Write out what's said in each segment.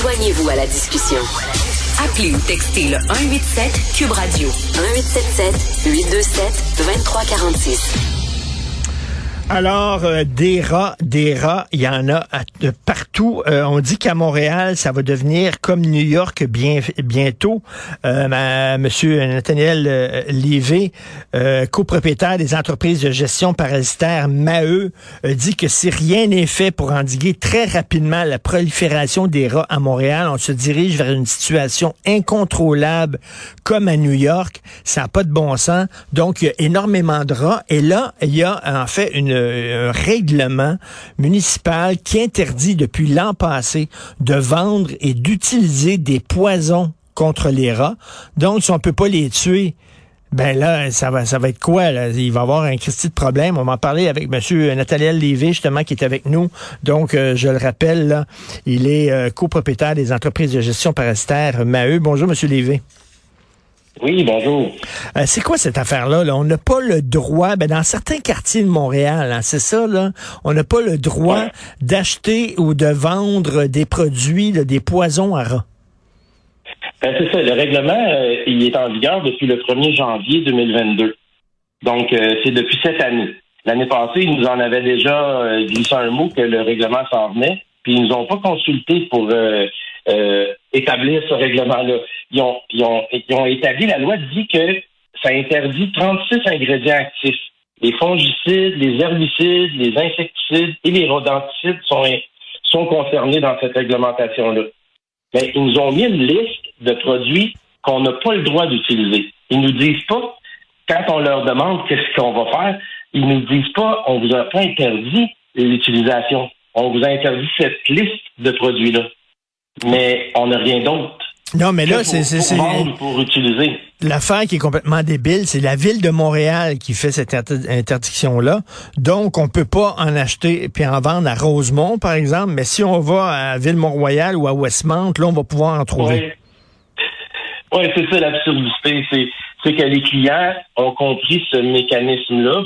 Joignez-vous à la discussion. Appelez ou textez le 187 Cube Radio 1877 827 2346. Alors, des rats, il y en a partout. On dit qu'à Montréal, ça va devenir comme New York bientôt. Monsieur Nathaniel Lévé, copropriétaire des entreprises de gestion parasitaire Maheu, dit que si rien n'est fait pour endiguer très rapidement la prolifération des rats à Montréal, on se dirige vers une situation incontrôlable comme à New York. Ça n'a pas de bon sens. Donc, il y a énormément de rats. Et là, il y a en fait un règlement municipal qui interdit depuis l'an passé de vendre et d'utiliser des poisons contre les rats. Donc, si on peut pas les tuer, ben là, ça va être quoi, là? Il va y avoir un Christi de problème. On va en parler avec M. Nathaniel Lévé, justement, qui est avec nous. Donc, je le rappelle, là, il est copropriétaire des entreprises de gestion parasitaire Maheu. Bonjour, M. Lévé. Oui, bonjour. C'est quoi cette affaire-là? Là? On n'a pas le droit, dans certains quartiers de Montréal, hein, c'est ça, là, on n'a pas le droit d'acheter ou de vendre des produits, là, des poisons à rats. C'est ça, le règlement, il est en vigueur depuis le 1er janvier 2022. Donc, c'est depuis cette année. L'année passée, ils nous en avaient déjà glissé un mot que le règlement s'en venait, puis ils nous ont pas consulté pour établir ce règlement-là. Ils ont établi, la loi dit que ça interdit 36 ingrédients actifs. Les fongicides, les herbicides, les insecticides et les rodenticides sont concernés dans cette réglementation-là. Mais ils nous ont mis une liste de produits qu'on n'a pas le droit d'utiliser. Ils nous disent pas, quand on leur demande qu'est-ce qu'on va faire, ils nous disent pas, on vous a pas interdit l'utilisation. On vous a interdit cette liste de produits-là. Mais on n'a rien d'autre. Non, mais là, c'est pour utiliser. L'affaire qui est complètement débile, c'est la ville de Montréal qui fait cette interdiction-là. Donc, on peut pas en acheter puis en vendre à Rosemont, par exemple. Mais si on va à Ville-Mont-Royal ou à Westmount, là, on va pouvoir en trouver. Oui, c'est ça l'absurdité. C'est que les clients ont compris ce mécanisme-là,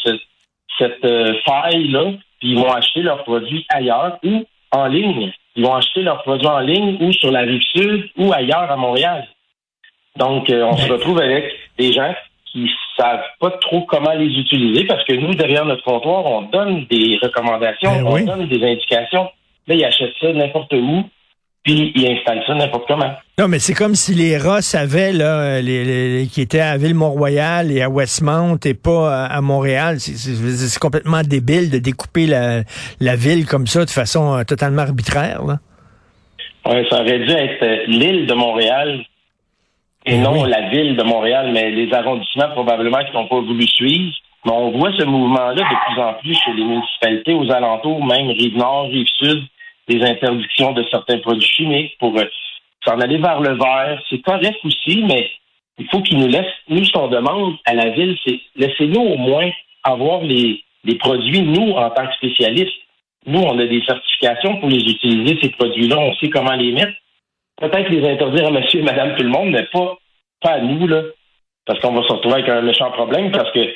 cette faille-là, puis ils vont acheter leurs produits ailleurs ou en ligne. Ils vont acheter leurs produits en ligne ou sur la Rive-Sud ou ailleurs à Montréal. Donc, on se retrouve avec des gens qui savent pas trop comment les utiliser parce que nous, derrière notre comptoir, on donne des recommandations, on donne des indications. Là, ils achètent ça n'importe où, puis ils installent ça n'importe comment. Non, mais c'est comme si les rats savaient, là, les qui étaient à Ville-Mont-Royal et à Westmount et pas à Montréal. C'est complètement débile de découper la ville comme ça de façon totalement arbitraire, là. Oui, ça aurait dû être l'île de Montréal et non la ville de Montréal, mais les arrondissements probablement qui n'ont pas voulu suivre. Mais on voit ce mouvement-là de plus en plus chez les municipalités aux alentours, même Rive-Nord, Rive-Sud, des interdictions de certains produits chimiques pour s'en aller vers le vert. C'est correct aussi, mais il faut qu'ils nous laissent. Nous, ce qu'on demande à la ville, c'est laissez-nous au moins avoir les produits, nous, en tant que spécialistes. Nous, on a des certifications pour les utiliser, ces produits-là. On sait comment les mettre. Peut-être les interdire à monsieur et madame tout le monde, mais pas à nous, là. Parce qu'on va se retrouver avec un méchant problème parce que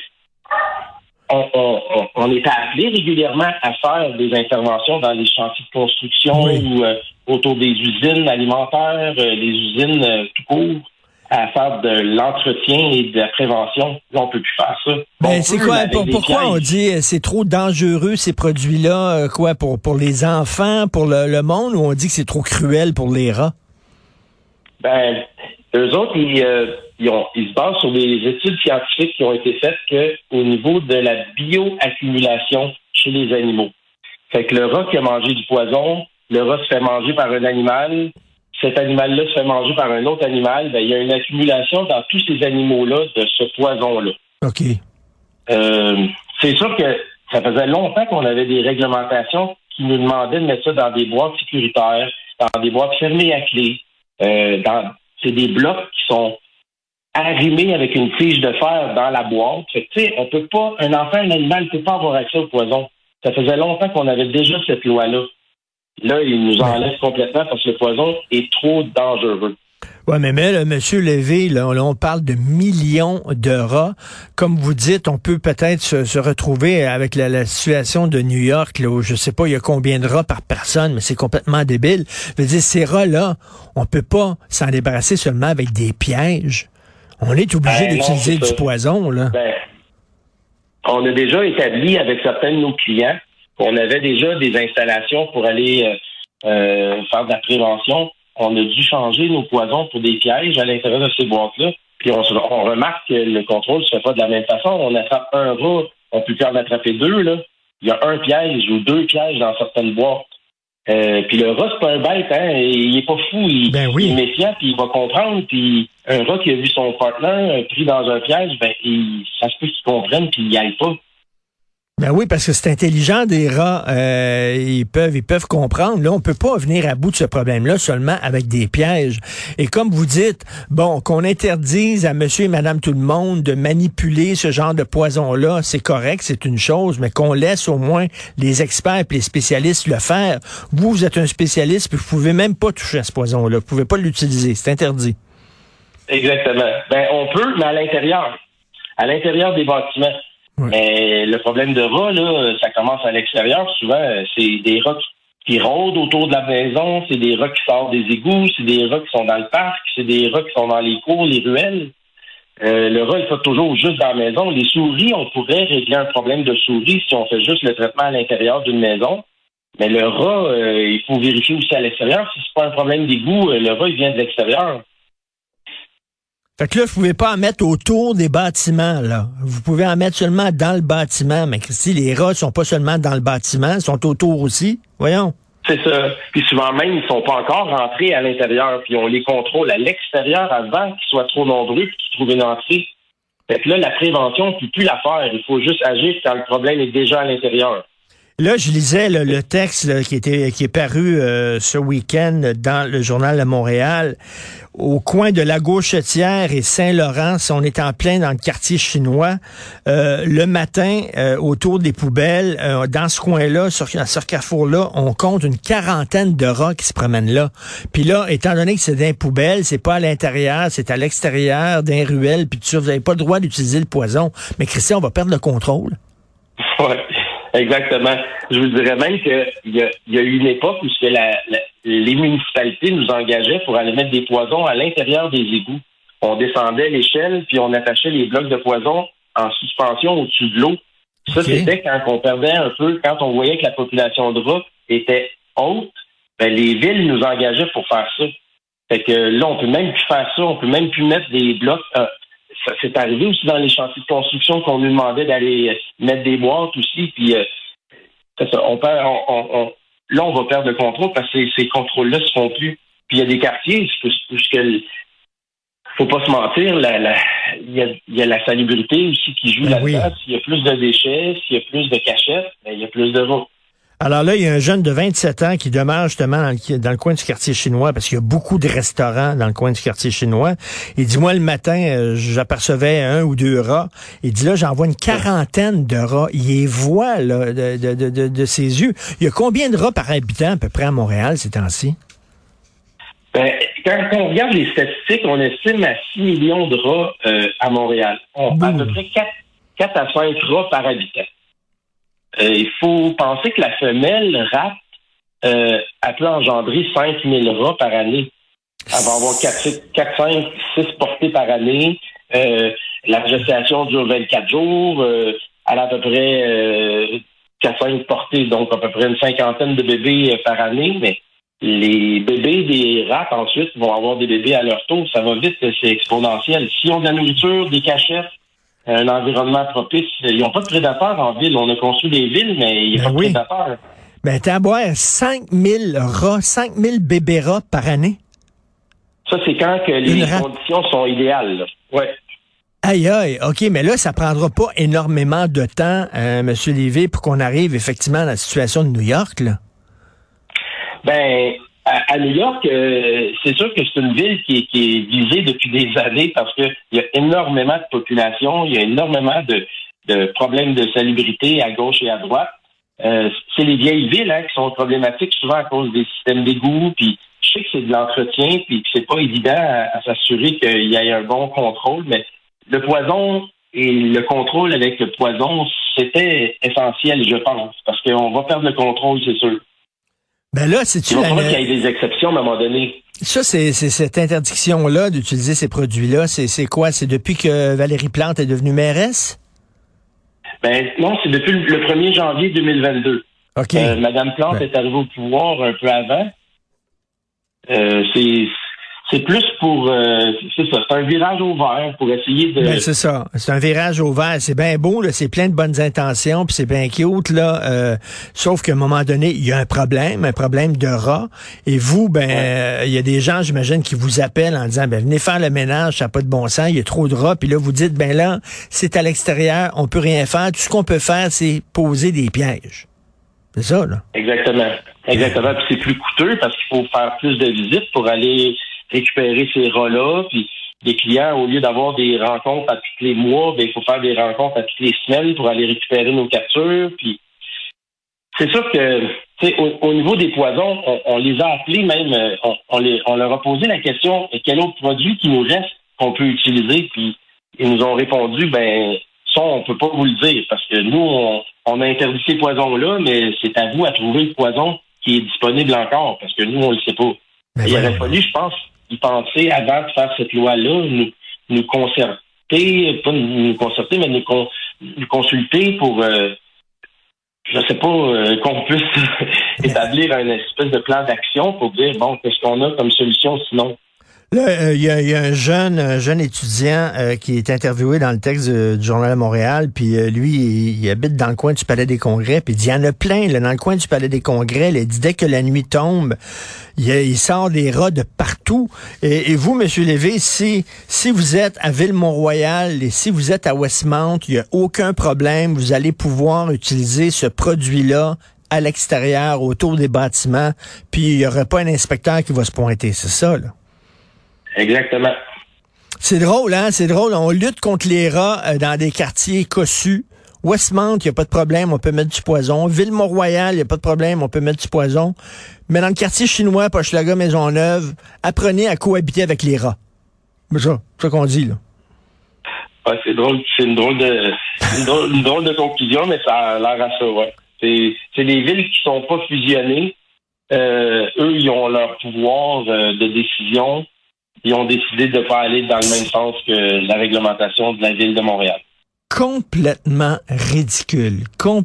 on est appelé régulièrement à faire des interventions dans les chantiers de construction ou autour des usines alimentaires, les usines tout court, à faire de l'entretien et de la prévention. Là, on peut plus faire ça. Ben, c'est quoi? Pourquoi on dit c'est trop dangereux, ces produits-là? Pour les enfants, pour le monde, ou on dit que c'est trop cruel pour les rats? Ben, eux autres, ils se basent sur des études scientifiques qui ont été faites au niveau de la bioaccumulation chez les animaux. Fait que le rat qui a mangé du poison, le rat se fait manger par un animal, cet animal-là se fait manger par un autre animal, ben, il y a une accumulation dans tous ces animaux-là de ce poison-là. OK. C'est sûr que ça faisait longtemps qu'on avait des réglementations qui nous demandaient de mettre ça dans des boîtes sécuritaires, dans des boîtes fermées à clé. C'est des blocs qui sont arrimés avec une tige de fer dans la boîte. Fait que, tu sais, un enfant, un animal ne peut pas avoir accès au poison. Ça faisait longtemps qu'on avait déjà cette loi-là. Là, ils nous enlèvent complètement parce que le poison est trop dangereux. Oui, mais là, M. Lévy, là, on parle de millions de rats. Comme vous dites, on peut peut-être se retrouver avec la situation de New York, là, où je sais pas il y a combien de rats par personne, mais c'est complètement débile. Je veux dire, ces rats-là, on peut pas s'en débarrasser seulement avec des pièges. On est obligé d'utiliser du poison, là. On a déjà établi avec certains de nos clients qu'on avait déjà des installations pour aller faire de la prévention. On a dû changer nos poisons pour des pièges à l'intérieur de ces boîtes-là. Puis on remarque que le contrôle se fait pas de la même façon. On attrape un rat, on peut plus en attraper deux, là. Il y a un piège ou deux pièges dans certaines boîtes. Puis le rat, c'est pas un bête, hein. Il est pas fou. Il est méfiant, puis il va comprendre. Puis un rat qui a vu son partenaire pris dans un piège, ça se peut qu'il comprenne, puis il y aille pas. Ben oui, parce que c'est intelligent des rats. Ils peuvent comprendre. Là, on peut pas venir à bout de ce problème-là seulement avec des pièges. Et comme vous dites, bon, qu'on interdise à monsieur et madame tout le monde de manipuler ce genre de poison-là, c'est correct, c'est une chose, mais qu'on laisse au moins les experts et les spécialistes le faire. Vous êtes un spécialiste, puis vous pouvez même pas toucher à ce poison-là. Vous pouvez pas l'utiliser. C'est interdit. Exactement. Ben, on peut, mais à l'intérieur des bâtiments. Oui. Mais le problème de rats, là, ça commence à l'extérieur. Souvent, c'est des rats qui rôdent autour de la maison, c'est des rats qui sortent des égouts, c'est des rats qui sont dans le parc, c'est des rats qui sont dans les cours, les ruelles. Le rat, il faut toujours juste dans la maison. Les souris, on pourrait régler un problème de souris si on fait juste le traitement à l'intérieur d'une maison. Mais le rat, il faut vérifier aussi à l'extérieur. Si c'est pas un problème d'égout, le rat, il vient de l'extérieur. Fait que là, vous pouvez pas en mettre autour des bâtiments, là. Vous pouvez en mettre seulement dans le bâtiment. Mais Christy, les rats sont pas seulement dans le bâtiment, ils sont autour aussi. Voyons. C'est ça. Puis souvent même, ils sont pas encore rentrés à l'intérieur. Puis on les contrôle à l'extérieur avant qu'ils soient trop nombreux et qu'ils trouvent une entrée. Fait que là, la prévention, on peut plus la faire. Il faut juste agir quand le problème est déjà à l'intérieur. Là, je lisais le texte là, qui est paru ce week-end dans le Journal de Montréal. Au coin de la Gauchetière et Saint-Laurent, on est en plein dans le quartier chinois. Le matin, autour des poubelles, dans ce coin-là, sur Carrefour-là, on compte une quarantaine de rats qui se promènent là. Puis là, étant donné que c'est dans les poubelles, c'est pas à l'intérieur, c'est à l'extérieur, dans les ruelles, puis tout ça, vous n'avez pas le droit d'utiliser le poison. Mais Christian, on va perdre le contrôle. Ouais. Exactement. Je vous dirais même qu'il y a eu une époque où les municipalités nous engageaient pour aller mettre des poisons à l'intérieur des égouts. On descendait l'échelle, puis on attachait les blocs de poison en suspension au-dessus de l'eau. Ça, c'était quand on perdait un peu, quand on voyait que la population de rats était haute, les villes nous engageaient pour faire ça. Fait que là, on peut même plus faire ça, on peut même plus mettre des blocs. Ça c'est arrivé aussi dans les chantiers de construction qu'on nous demandait d'aller mettre des boîtes aussi. Puis c'est ça, là, on va perdre le contrôle parce que ces contrôles-là se font plus. Puis il y a des quartiers, faut pas se mentir, il y a la salubrité aussi qui joue là-dedans. Oui. S'il y a plus de déchets, s'il y a plus de cachettes, il y a plus de rats. Alors là, il y a un jeune de 27 ans qui demeure justement dans le coin du quartier chinois parce qu'il y a beaucoup de restaurants dans le coin du quartier chinois. Il dit, moi, le matin, j'apercevais 1 ou 2 rats. Il dit, là, j'en vois une quarantaine de rats. Il les voit, là, de ses yeux. Il y a combien de rats par habitant, à peu près, à Montréal, ces temps-ci? Quand on regarde les statistiques, on estime à 6 millions de rats à Montréal. À peu près 4 à 5 rats par habitant. Il faut penser que la femelle rate, elle peut engendrer 5000 rats par année. Elle va avoir 4, 5, 6 portées par année. La gestation dure 24 jours. Elle a à peu près 4-5 portées, donc à peu près une cinquantaine de bébés par année. Mais les bébés des rats, ensuite, vont avoir des bébés à leur tour. Ça va vite, c'est exponentiel. S'ils ont de la nourriture, des cachettes, un environnement propice. Ils n'ont pas de prédateurs en ville. On a construit des villes, mais il n'y a pas de prédateurs. Ben, t'as à boire 5000 rats, 5000 bébés rats par année. Ça, c'est quand que les conditions sont idéales. Oui. Aïe, aïe, OK, mais là, ça prendra pas énormément de temps, M. Lévy, pour qu'on arrive effectivement à la situation de New York, là. Ben, à New York, c'est sûr que c'est une ville qui est visée depuis des années parce qu'il y a énormément de population, il y a énormément de problèmes de salubrité à gauche et à droite. C'est les vieilles villes qui sont problématiques souvent à cause des systèmes d'égouts, puis je sais que c'est de l'entretien, puis que c'est pas évident à s'assurer qu'il y ait un bon contrôle, mais le poison et le contrôle avec le poison, c'était essentiel, je pense, parce qu'on va perdre le contrôle, c'est sûr. Ben là, c'est-tu il va falloir qu'il y ait des exceptions à un moment donné. Ça, c'est cette interdiction-là d'utiliser ces produits-là, c'est quoi? C'est depuis que Valérie Plante est devenue mairesse? Ben non, c'est depuis le 1er janvier 2022. OK. Madame Plante est arrivée au pouvoir un peu avant. C'est plus pour... c'est ça, c'est un virage au vert pour essayer de... Ben c'est ça, c'est un virage au vert. C'est bien beau, là, c'est plein de bonnes intentions, puis c'est bien cute, là. Sauf qu'à un moment donné, il y a un problème de rats. Et vous, il y a des gens, j'imagine, qui vous appellent en disant, venez faire le ménage, ça n'a pas de bon sens, il y a trop de rats. Puis là, vous dites, là, c'est à l'extérieur, on peut rien faire. Tout ce qu'on peut faire, c'est poser des pièges. C'est ça, là. Exactement. Puis c'est plus coûteux parce qu'il faut faire plus de visites pour aller récupérer ces rats-là. Puis les clients, au lieu d'avoir des rencontres à tous les mois, il faut faire des rencontres à toutes les semaines pour aller récupérer nos captures. Puis c'est sûr que, au niveau des poisons, on les a appelés même, on leur a posé la question, quel autre produit qui nous reste qu'on peut utiliser? Puis ils nous ont répondu, ça, on peut pas vous le dire parce que nous, on a interdit ces poisons-là, mais c'est à vous à trouver le poison qui est disponible encore, parce que nous, on le sait pas. Il aurait fallu, je pense, y penser avant de faire cette loi-là, nous concerter, pas nous concerter, mais nous consulter pour, je sais pas, qu'on puisse établir un espèce de plan d'action pour dire, qu'est-ce qu'on a comme solution sinon? Là, il y a un jeune étudiant qui est interviewé dans le texte du Journal de Montréal, puis lui, il habite dans le coin du Palais des Congrès, puis il dit, il y en a plein, là, dans le coin du Palais des Congrès, là, il dit, dès que la nuit tombe, il sort des rats de partout. Et vous, M. Lévy, si vous êtes à Ville-Mont-Royal et si vous êtes à Westmount, il n'y a aucun problème, vous allez pouvoir utiliser ce produit-là à l'extérieur, autour des bâtiments, puis il n'y aura pas un inspecteur qui va se pointer, c'est ça, là? Exactement. C'est drôle, hein? C'est drôle. On lutte contre les rats dans des quartiers cossus. Westmount, il n'y a pas de problème, on peut mettre du poison. Ville-Mont-Royal, il n'y a pas de problème, on peut mettre du poison. Mais dans le quartier chinois, Hochelaga, Maisonneuve, apprenez à cohabiter avec les rats. C'est ça qu'on dit, là. Ouais, c'est drôle. C'est une drôle de conclusion, mais ça a l'air à ça, ouais. C'est les villes qui sont pas fusionnées. Eux, ils ont leur pouvoir de décision. Ils ont décidé de ne pas aller dans le même sens que la réglementation de la Ville de Montréal. Complètement ridicule.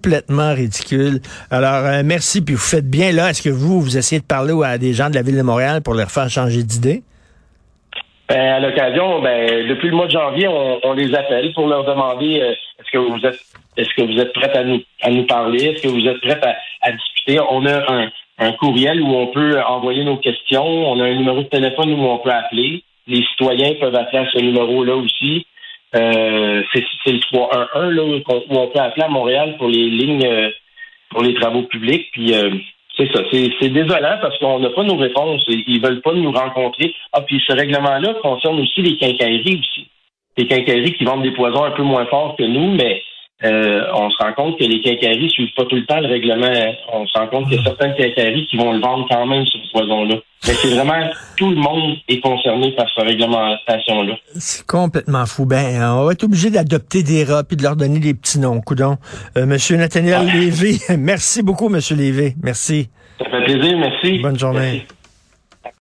Alors, merci, puis vous faites bien là. Est-ce que vous essayez de parler à des gens de la Ville de Montréal pour leur faire changer d'idée? À l'occasion, depuis le mois de janvier, on les appelle pour leur demander est-ce que vous êtes prêts à nous parler? Est-ce que vous êtes prêts à discuter? On a un courriel où on peut envoyer nos questions. On a un numéro de téléphone où on peut appeler. Les citoyens peuvent appeler à ce numéro-là aussi. C'est le 311 là, où on peut appeler à Montréal pour les lignes pour les travaux publics. Puis c'est ça. C'est désolant parce qu'on n'a pas nos réponses. Ils veulent pas nous rencontrer. Puis ce règlement-là concerne aussi les quincailleries aussi. Les quincailleries qui vendent des poisons un peu moins forts que nous, mais on se rend compte que les quincailleries suivent pas tout le temps le règlement. On se rend compte qu'il y a certaines quincailleries qui vont le vendre quand même, ce poison-là. Mais c'est vraiment, tout le monde est concerné par cette réglementation-là. C'est complètement fou. On va être obligé d'adopter des rats puis de leur donner des petits noms. Coudon. Monsieur Nathaniel Lévy, merci beaucoup, Monsieur Lévy. Merci. Ça fait plaisir, merci. Bonne journée. Merci.